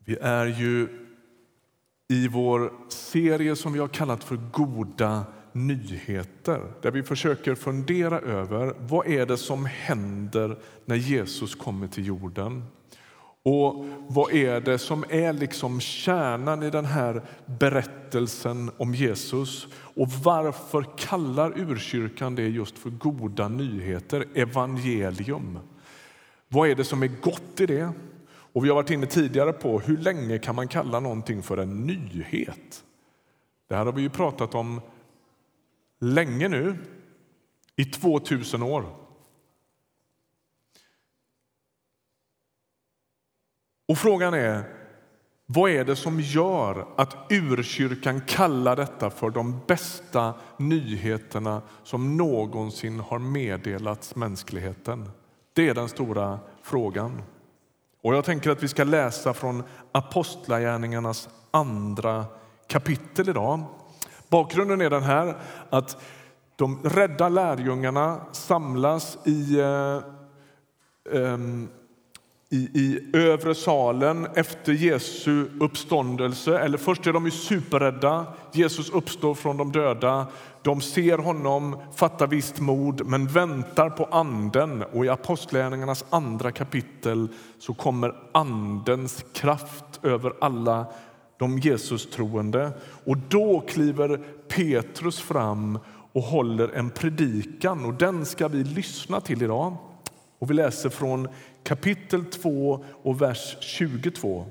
Vi är ju i vår serie som vi har kallat för Goda nyheter. Där vi försöker fundera över vad är det som händer när Jesus kommer till jorden. Och vad är det som är liksom kärnan i den här berättelsen om Jesus? Och varför kallar urkyrkan det just för goda nyheter, evangelium? Vad är det som är gott i det? Och vi har varit inne tidigare på hur länge kan man kalla någonting för en nyhet? Det här har vi ju pratat om länge nu, i 2000 år. Och frågan är, vad är det som gör att urkyrkan kallar detta för de bästa nyheterna som någonsin har meddelats mänskligheten? Det är den stora frågan. Och jag tänker att vi ska läsa från Apostlagärningarnas 2 kapitel idag. Bakgrunden är den här att de rädda lärjungarna samlas i övre salen efter Jesu uppståndelse. Eller först är de ju superrädda. Jesus uppstår från de döda. De ser honom fatta visst mod men väntar på anden. Och i Apostlagärningarnas 2 kapitel så kommer andens kraft över alla de Jesus troende. Och då kliver Petrus fram och håller en predikan. Och den ska vi lyssna till idag. Och vi läser från kapitel 2 och vers 22.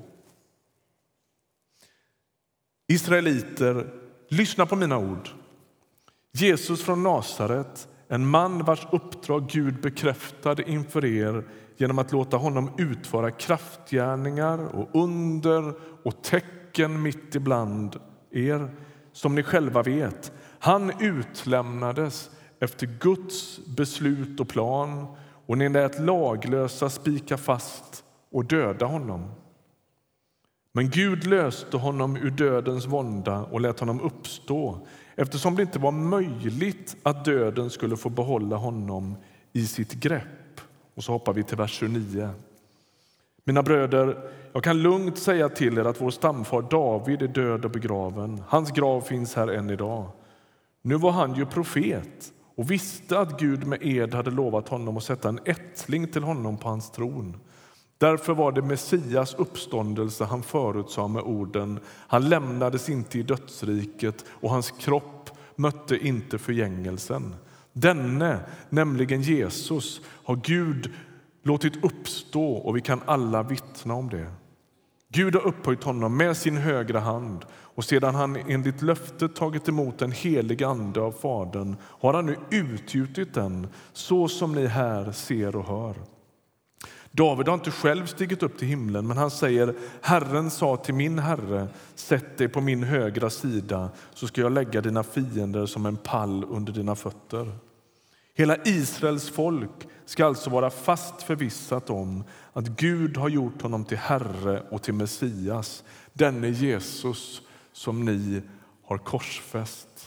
Israeliter, lyssna på mina ord. Jesus från Nasaret, en man vars uppdrag Gud bekräftade inför er genom att låta honom utföra kraftgärningar och under och tecken mitt ibland er, som ni själva vet. Han utlämnades efter Guds beslut och plan, och ni lät laglösa spika fast och döda honom. Men Gud löste honom ur dödens vånda och lät honom uppstå, eftersom det inte var möjligt att döden skulle få behålla honom i sitt grepp. Och så hoppar vi till vers 29. Mina bröder, jag kan lugnt säga till er att vår stamfar David är död och begraven. Hans grav finns här än idag. Nu var han ju profet och visste att Gud med ed hade lovat honom att sätta en ättling till honom på hans tron. Därför var det Messias uppståndelse han förutsade med orden: han lämnades inte i dödsriket och hans kropp mötte inte förgängelsen. Denne, nämligen Jesus, har Gud låtit uppstå och vi kan alla vittna om det. Gud har upphöjt honom med sin högra hand, och sedan han enligt löftet tagit emot den heliga ande av Fadern har han nu utgjutit den, så som ni här ser och hör. David har inte själv stigit upp till himlen, men han säger: Herren sa till min herre, sätt dig på min högra sida, så ska jag lägga dina fiender som en pall under dina fötter. Hela Israels folk ska alltså vara fast förvissat om att Gud har gjort honom till Herre och till Messias, denne Jesus som ni har korsfäst.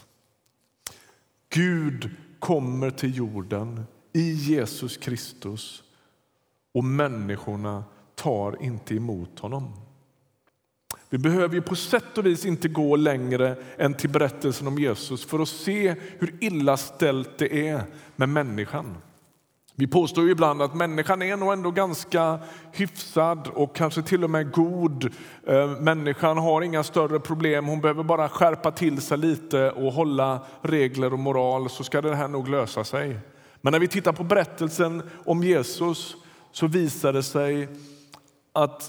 Gud kommer till jorden i Jesus Kristus, och människorna tar inte emot honom. Vi behöver ju på sätt och vis inte gå längre än till berättelsen om Jesus för att se hur illa ställt det är med människan. Vi påstår ju ibland att människan är nog ändå ganska hyfsad och kanske till och med god. Människan har inga större problem. Hon behöver bara skärpa till sig lite och hålla regler och moral, så ska det här nog lösa sig. Men när vi tittar på berättelsen om Jesus så visar det sig att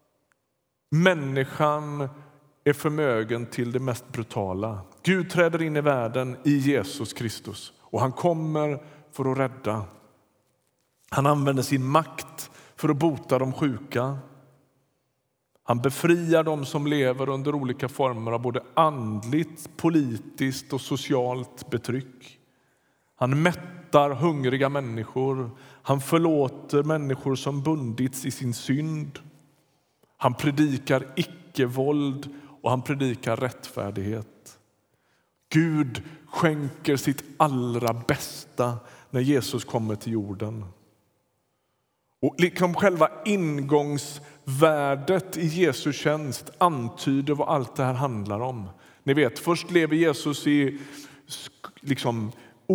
människan är förmögen till det mest brutala. Gud träder in i världen i Jesus Kristus, och han kommer för att rädda. Han använder sin makt för att bota de sjuka. Han befriar de som lever under olika former av både andligt, politiskt och socialt betryck. Han mättar hungriga människor. Han förlåter människor som bundits i sin synd. Han predikar icke-våld och han predikar rättfärdighet. Gud skänker sitt allra bästa när Jesus kommer till jorden. Och liksom själva ingångsvärdet i Jesu tjänst antyder vad allt det här handlar om. Ni vet, först lever Jesus i liksom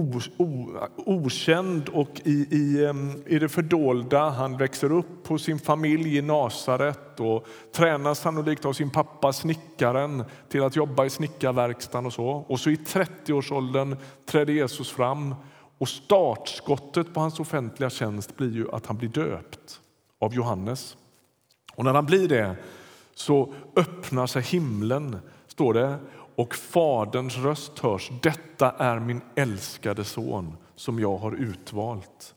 okänd och i det fördolda. Han växer upp på sin familj i Nasaret och tränar sannolikt av sin pappa snickaren till att jobba i snickarverkstan och så. Och så i 30-årsåldern trädde Jesus fram, och startskottet på hans offentliga tjänst blir ju att han blir döpt av Johannes. Och när han blir det så öppnar sig himlen, står det, och faderns röst hörs: detta är min älskade son som jag har utvalt.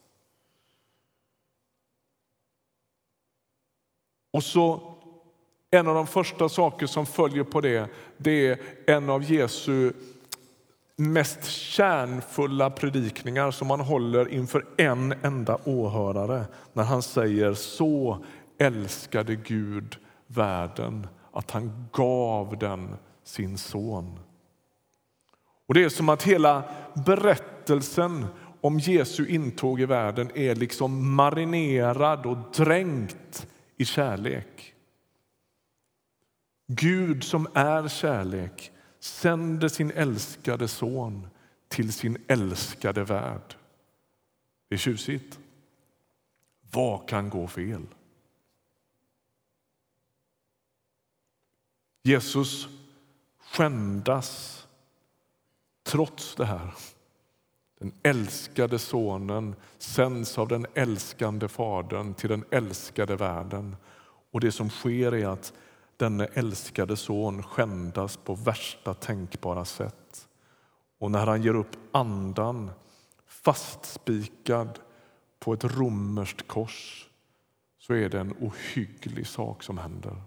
Och så en av de första saker som följer på det är en av Jesu mest kärnfulla predikningar som han håller inför en enda åhörare, när han säger: så älskade Gud världen att han gav den sin son. Och det är som att hela berättelsen om Jesu intåg i världen är liksom marinerad och dränkt i kärlek. Gud som är kärlek sänder sin älskade son till sin älskade värld. Det är tjusigt. Vad kan gå fel? Jesus skändas trots det här. Den älskade sonen sänds av den älskande fadern till den älskade världen. Och det som sker är att den älskade son skändas på värsta tänkbara sätt. Och när han ger upp andan, fastspikad på ett romerskt kors, så är det en ohygglig sak som händer.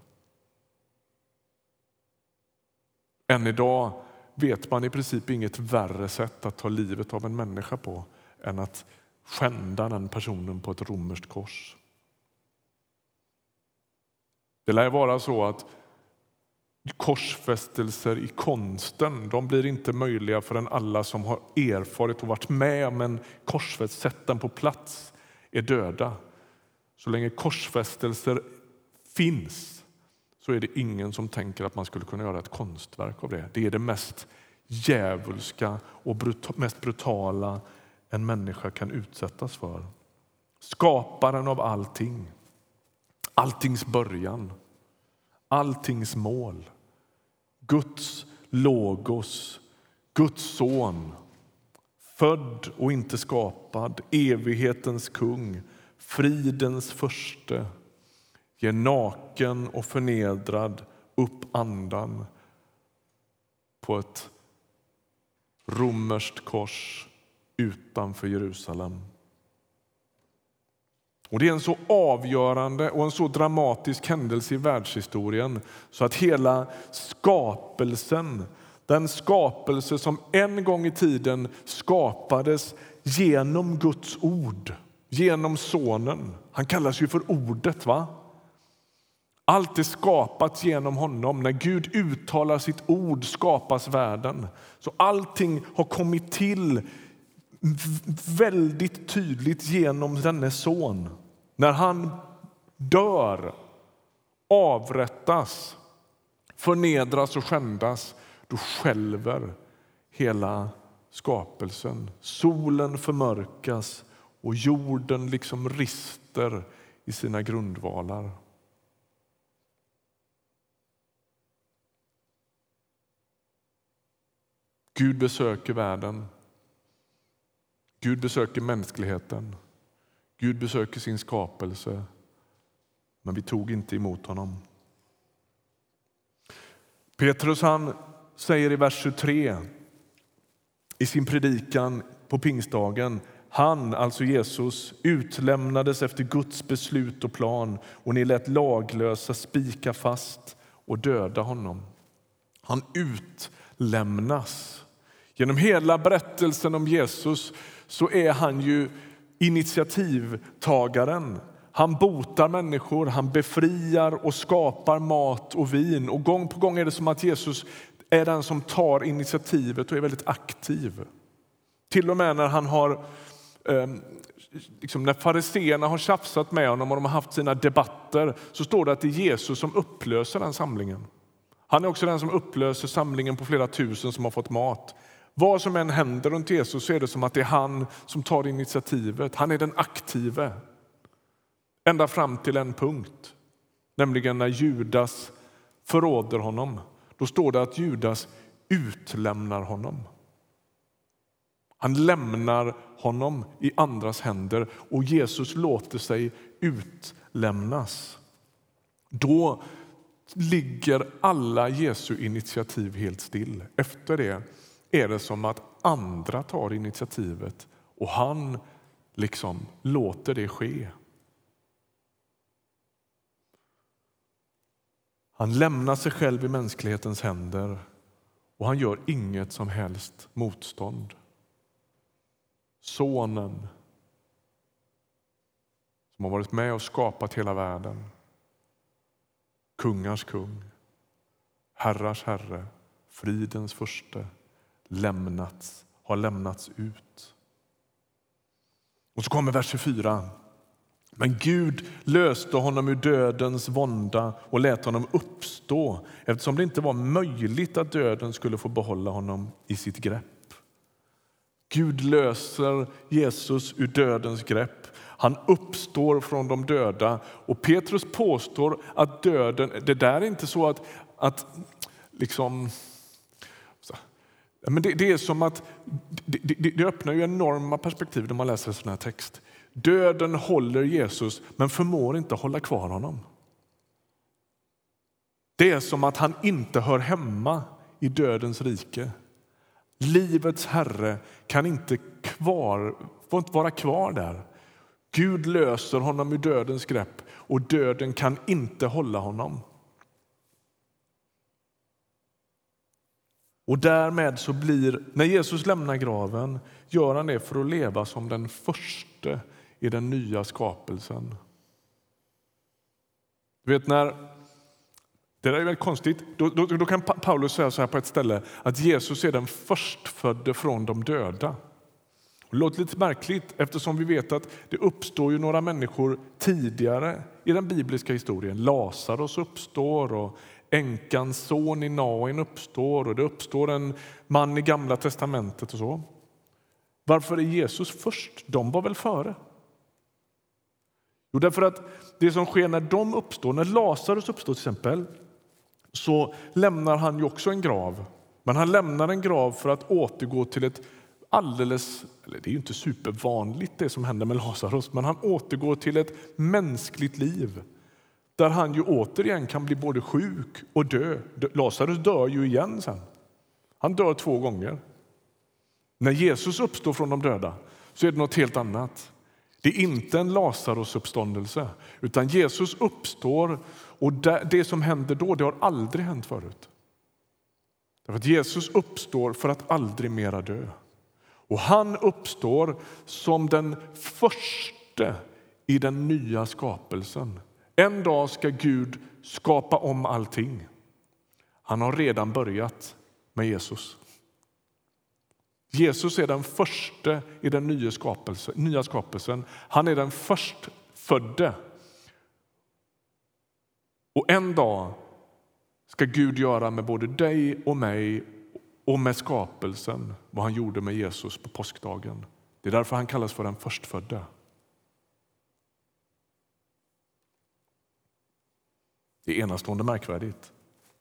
Än idag vet man i princip inget värre sätt att ta livet av en människa på än att skända den personen på ett romerskt kors. Det lär vara så att korsfästelser i konsten, de blir inte möjliga förrän alla som har erfarit och varit med om en korsfäst, sett den på plats, är döda. Så länge korsfästelser finns så är det ingen som tänker att man skulle kunna göra ett konstverk av det. Det är det mest djävulska och mest brutala en människa kan utsättas för. Skaparen av allting, alltings början, alltings mål, Guds logos, Guds son, född och inte skapad, evighetens kung, fridens förste, ger naken och förnedrad upp andan på ett romerskt kors utanför Jerusalem. Och det är en så avgörande och en så dramatisk händelse i världshistorien så att hela skapelsen, den skapelse som en gång i tiden skapades genom Guds ord, genom sonen. Han kallas ju för ordet, va? Allt är skapat genom honom. När Gud uttalar sitt ord skapas världen. Så allting har kommit till väldigt tydligt genom denne son. När han dör, avrättas, förnedras och skändas, då skälver hela skapelsen. Solen förmörkas och jorden liksom rister i sina grundvalar. Gud besöker världen. Gud besöker mänskligheten. Gud besöker sin skapelse. Men vi tog inte emot honom. Petrus, han säger i vers 23 i sin predikan på pingstdagen: han, alltså Jesus, utlämnades efter Guds beslut och plan, och ni lät laglösa spika fast och döda honom. Han utlämnas. Genom hela berättelsen om Jesus så är han ju initiativtagaren. Han botar människor, han befriar och skapar mat och vin. Och gång på gång är det som att Jesus är den som tar initiativet och är väldigt aktiv. Till och med när han har liksom när fariseerna har tjafsat med honom och de har haft sina debatter, så står det att det är Jesus som upplöser den samlingen. Han är också den som upplöser samlingen på flera tusen som har fått mat. Vad som än händer runt Jesus så är det som att det är han som tar initiativet. Han är den aktive. Ända fram till en punkt. Nämligen när Judas förråder honom. Då står det att Judas utlämnar honom. Han lämnar honom i andras händer och Jesus låter sig utlämnas. Då ligger alla Jesu initiativ helt still. Efter det är det som att andra tar initiativet och han liksom låter det ske. Han lämnar sig själv i mänsklighetens händer och han gör inget som helst motstånd. Sonen som har varit med och skapat hela världen. Kungars kung, herrars herre, fridens furste, har lämnats ut. Och så kommer vers 24. Men Gud löste honom ur dödens vånda och lät honom uppstå, eftersom det inte var möjligt att döden skulle få behålla honom i sitt grepp. Gud löser Jesus ur dödens grepp. Han uppstår från de döda. Och Petrus påstår att döden, det där är inte så att liksom, men det är som att det öppnar ju enorma perspektiv när man läser sån här text. Döden håller Jesus men förmår inte hålla kvar honom. Det är som att han inte hör hemma i dödens rike. Livets herre kan inte vara kvar där. Gud löser honom ur dödens grepp och döden kan inte hålla honom. Och därmed så blir, när Jesus lämnar graven, gör han det för att leva som den första i den nya skapelsen. Du vet det är väldigt konstigt. Då kan Paulus säga så här på ett ställe att Jesus är den förstfödde från de döda. Det låter lite märkligt eftersom vi vet att det uppstår ju några människor tidigare i den bibliska historien. Lazarus uppstår och änkans son i Nain uppstår och det uppstår en man i Gamla testamentet och så. Varför är Jesus först? De var väl före? Jo, därför att det som sker när de uppstår, när Lazarus uppstår till exempel, så lämnar han ju också en grav. Men han lämnar en grav för att återgå till ett det är ju inte supervanligt det som händer med Lazarus, men han återgår till ett mänskligt liv där han ju återigen kan bli både sjuk och dö. Lazarus dör ju igen sen. Han dör 2 gånger. När Jesus uppstår från de döda så är det något helt annat. Det är inte en Lazarus-uppståndelse, utan Jesus uppstår och det som händer då, det har aldrig hänt förut. Därför att Jesus uppstår för att aldrig mera dö. Och han uppstår som den första i den nya skapelsen. En dag ska Gud skapa om allting. Han har redan börjat med Jesus. Jesus är den första i den nya skapelsen. Han är den förstfödde. Och en dag ska Gud göra med både dig och mig och med skapelsen vad han gjorde med Jesus på påskdagen. Det är därför han kallas för den förstfödde. Det är enastående märkvärdigt.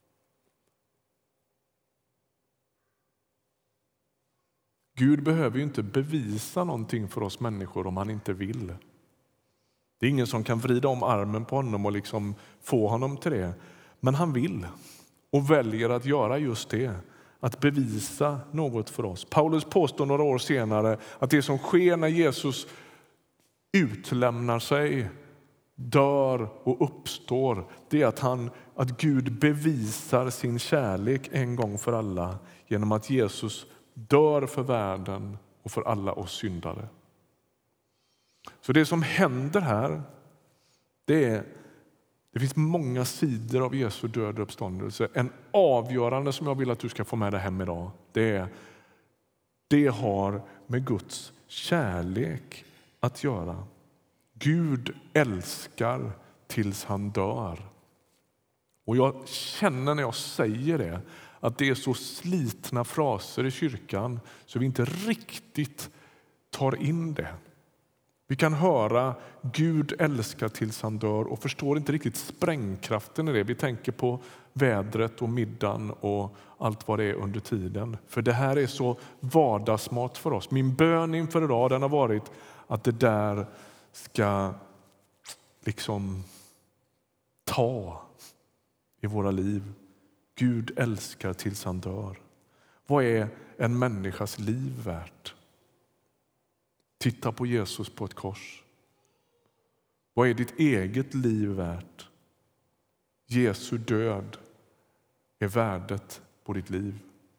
Gud behöver ju inte bevisa någonting för oss människor om han inte vill. Det är ingen som kan vrida om armen på honom och liksom få honom till det. Men han vill och väljer att göra just det. Att bevisa något för oss. Paulus påstår några år senare att det som sker när Jesus utlämnar sig, dör och uppstår, det är att Gud bevisar sin kärlek en gång för alla genom att Jesus dör för världen och för alla oss syndare. Så det som händer här, det finns många sidor av Jesu död och uppståndelse. En avgörande som jag vill att du ska få med dig hem idag, det har med Guds kärlek att göra. Gud älskar tills han dör. Och jag känner när jag säger det att det är så slitna fraser i kyrkan så vi inte riktigt tar in det. Vi kan höra Gud älskar tills han dör och förstår inte riktigt sprängkraften i det. Vi tänker på vädret och middagen och allt vad det är under tiden. För det här är så vardagsmat för oss. Min bön inför idag den har varit att det där ska liksom ta i våra liv. Gud älskar tills han dör. Vad är en människas liv värt? Titta på Jesus på ett kors. Vad är ditt eget liv värt? Jesu död är värdet på ditt liv.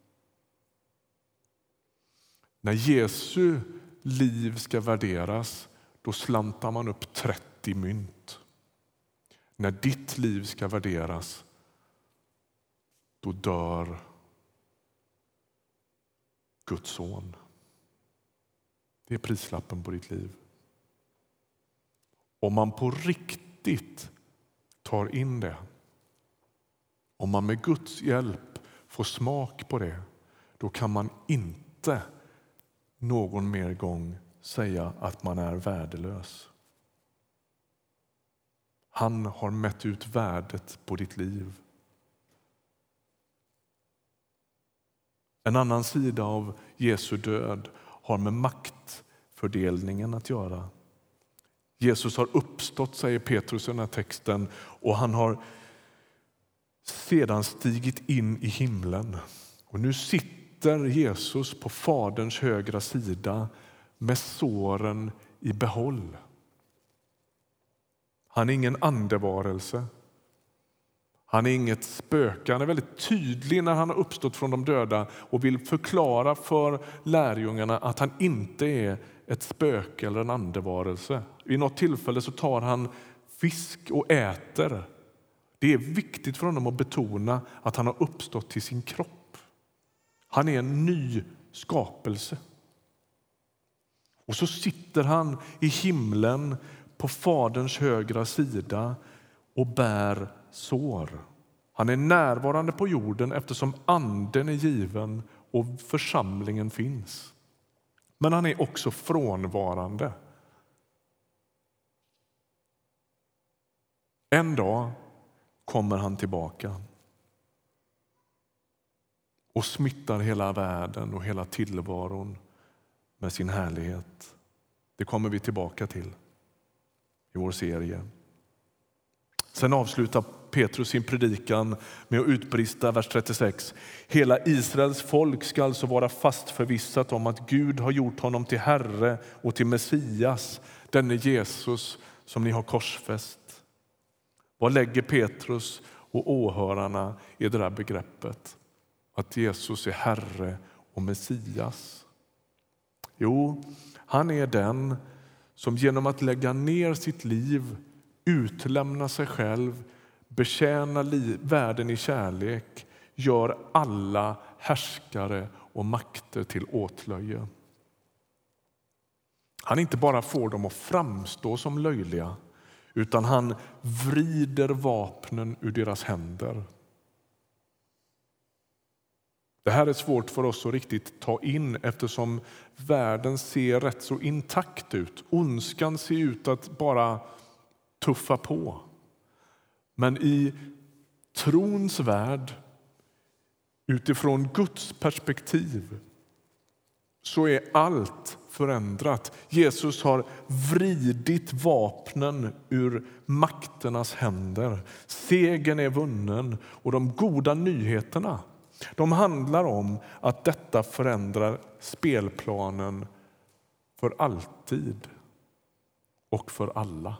När Jesu liv ska värderas, då slantar man upp 30 mynt. När ditt liv ska värderas, då dör Guds son. Det är prislappen på ditt liv. Om man på riktigt tar in det, om man med Guds hjälp får smak på det, då kan man inte någon mer gång säga att man är värdelös. Han har mätt ut värdet på ditt liv. En annan sida av Jesu död har med maktfördelningen att göra. Jesus har uppstått, säger Petrus i den här texten, och han har sedan stigit in i himlen. Och nu sitter Jesus på Faderns högra sida med såren i behåll. Han är ingen andevarelse. Han är inget spöke. Han är väldigt tydlig när han har uppstått från de döda och vill förklara för lärjungarna att han inte är ett spöke eller en andevarelse. Vid något tillfälle så tar han fisk och äter. Det är viktigt för honom att betona att han har uppstått till sin kropp. Han är en ny skapelse. Och så sitter han i himlen på Faderns högra sida och bär sår. Han är närvarande på jorden eftersom anden är given och församlingen finns. Men han är också frånvarande. En dag kommer han tillbaka och smittar hela världen och hela tillvaron med sin härlighet. Det kommer vi tillbaka till i vår serie. Sen avslutar Petrus sin predikan med att utbrista vers 36. Hela Israels folk ska alltså vara fast förvissat om att Gud har gjort honom till Herre och till Messias, denne Jesus som ni har korsfäst. Vad lägger Petrus och åhörarna i det där begreppet? Att Jesus är Herre och Messias. Jo, han är den som genom att lägga ner sitt liv, utlämna sig själv, betjäna världen i kärlek, gör alla härskare och makter till åtlöje. Han inte bara får dem att framstå som löjliga, utan han vrider vapnen ur deras händer. Det här är svårt för oss att riktigt ta in eftersom världen ser rätt så intakt ut. Ondskan ser ut att bara tuffa på. Men i trons värld, utifrån Guds perspektiv, så är allt förändrat. Jesus har vridit vapnen ur makternas händer. Segern är vunnen och de goda nyheterna, de handlar om att detta förändrar spelplanen för alltid och för alla.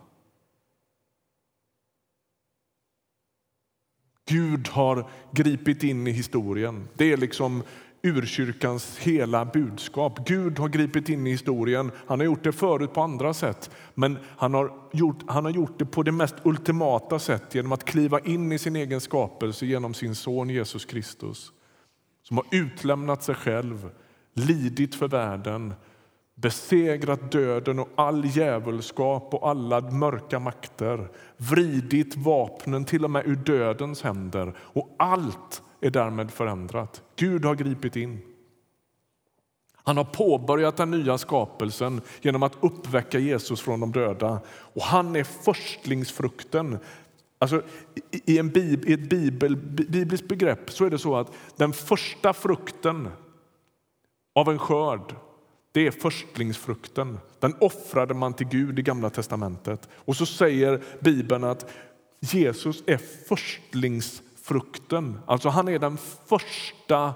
Gud har gripit in i historien. Det är liksom urkyrkans hela budskap. Gud har gripit in i historien. Han har gjort det förut på andra sätt. Men han har gjort det på det mest ultimata sätt genom att kliva in i sin egen skapelse genom sin son Jesus Kristus. Som har utlämnat sig själv, lidit för världen, besegrat döden och all djävulskap och alla mörka makter, vridit vapnen till och med ur dödens händer, och allt är därmed förändrat. Gud har gripit in. Han har påbörjat den nya skapelsen genom att uppväcka Jesus från de döda, och han är förstlingsfrukten. Alltså, i ett bibliskt begrepp så är det så att den första frukten av en skörd, det är förstlingsfrukten. Den offrade man till Gud i Gamla testamentet. Och så säger Bibeln att Jesus är förstlingsfrukten. Alltså han är den första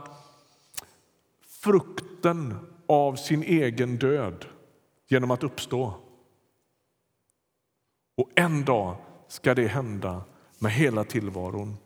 frukten av sin egen död genom att uppstå. Och en dag ska det hända med hela tillvaron.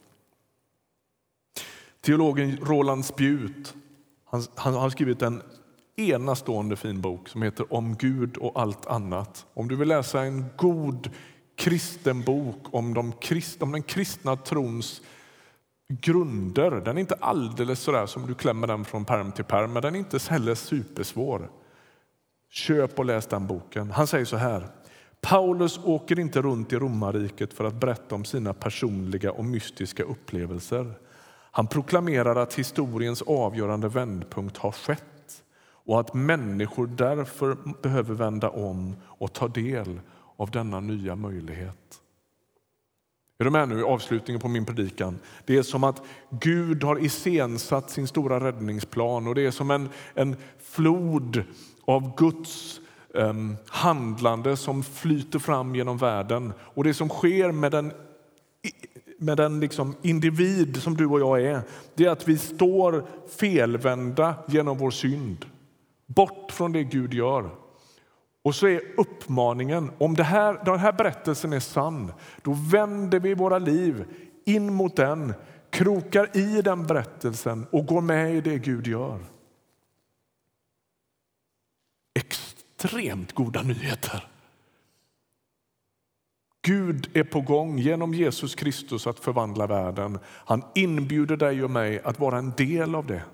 Teologen Roland Spjut, han har skrivit en enastående fin bok som heter Om Gud och allt annat. Om du vill läsa en god kristen bok om den kristna trons grunder. Den är inte alldeles så där som du klämmer den från perm till perm, men den är inte heller supersvår. Köp och läs den boken. Han säger så här: Paulus åker inte runt i romarriket för att berätta om sina personliga och mystiska upplevelser. Han proklamerar att historiens avgörande vändpunkt har skett och att människor därför behöver vända om och ta del av denna nya möjlighet. Är du med nu i avslutningen på min predikan? Det är som att Gud har iscensatt sin stora räddningsplan, och det är som en flod av Guds handlande som flyter fram genom världen. Och det som sker med den liksom individ som du och jag är, det är att vi står felvända genom vår synd, bort från det Gud gör. Och så är uppmaningen, om den här berättelsen är sann, då vänder vi våra liv in mot den, krokar i den berättelsen och går med i det Gud gör. Extremt goda nyheter. Gud är på gång genom Jesus Kristus att förvandla världen. Han inbjuder dig och mig att vara en del av det.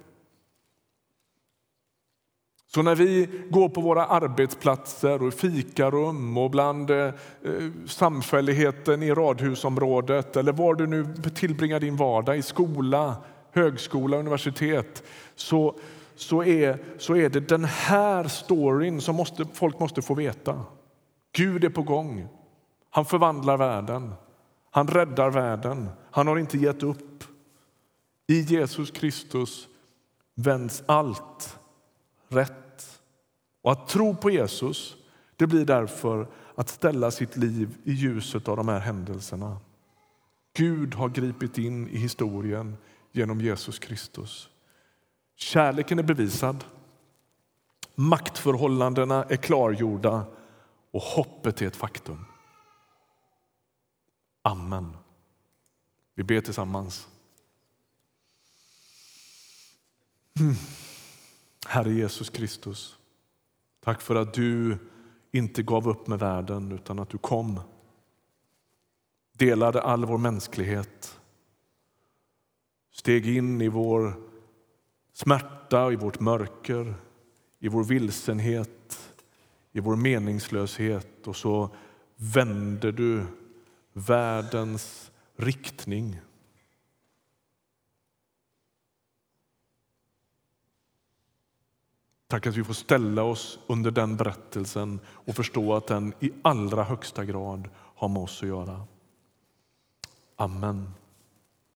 Så när vi går på våra arbetsplatser och fikarum och bland samfälligheten i radhusområdet, eller var du nu tillbringar din vardag, i skola, högskola, universitet, så är det den här storyn som folk måste få veta. Gud är på gång. Han förvandlar världen. Han räddar världen. Han har inte gett upp. I Jesus Kristus vänds allt rätt. Och att tro på Jesus, det blir därför att ställa sitt liv i ljuset av de här händelserna. Gud har gripit in i historien genom Jesus Kristus. Kärleken är bevisad. Maktförhållandena är klargjorda och hoppet är ett faktum. Amen. Vi ber tillsammans. Herre Jesus Kristus, tack för att du inte gav upp med världen utan att du kom. Delade all vår mänsklighet. Steg in i vår smärta, i vårt mörker, i vår vilsenhet, i vår meningslöshet, och så vände du världens riktning. Tack att vi får ställa oss under den berättelsen och förstå att den i allra högsta grad har med oss att göra. Amen.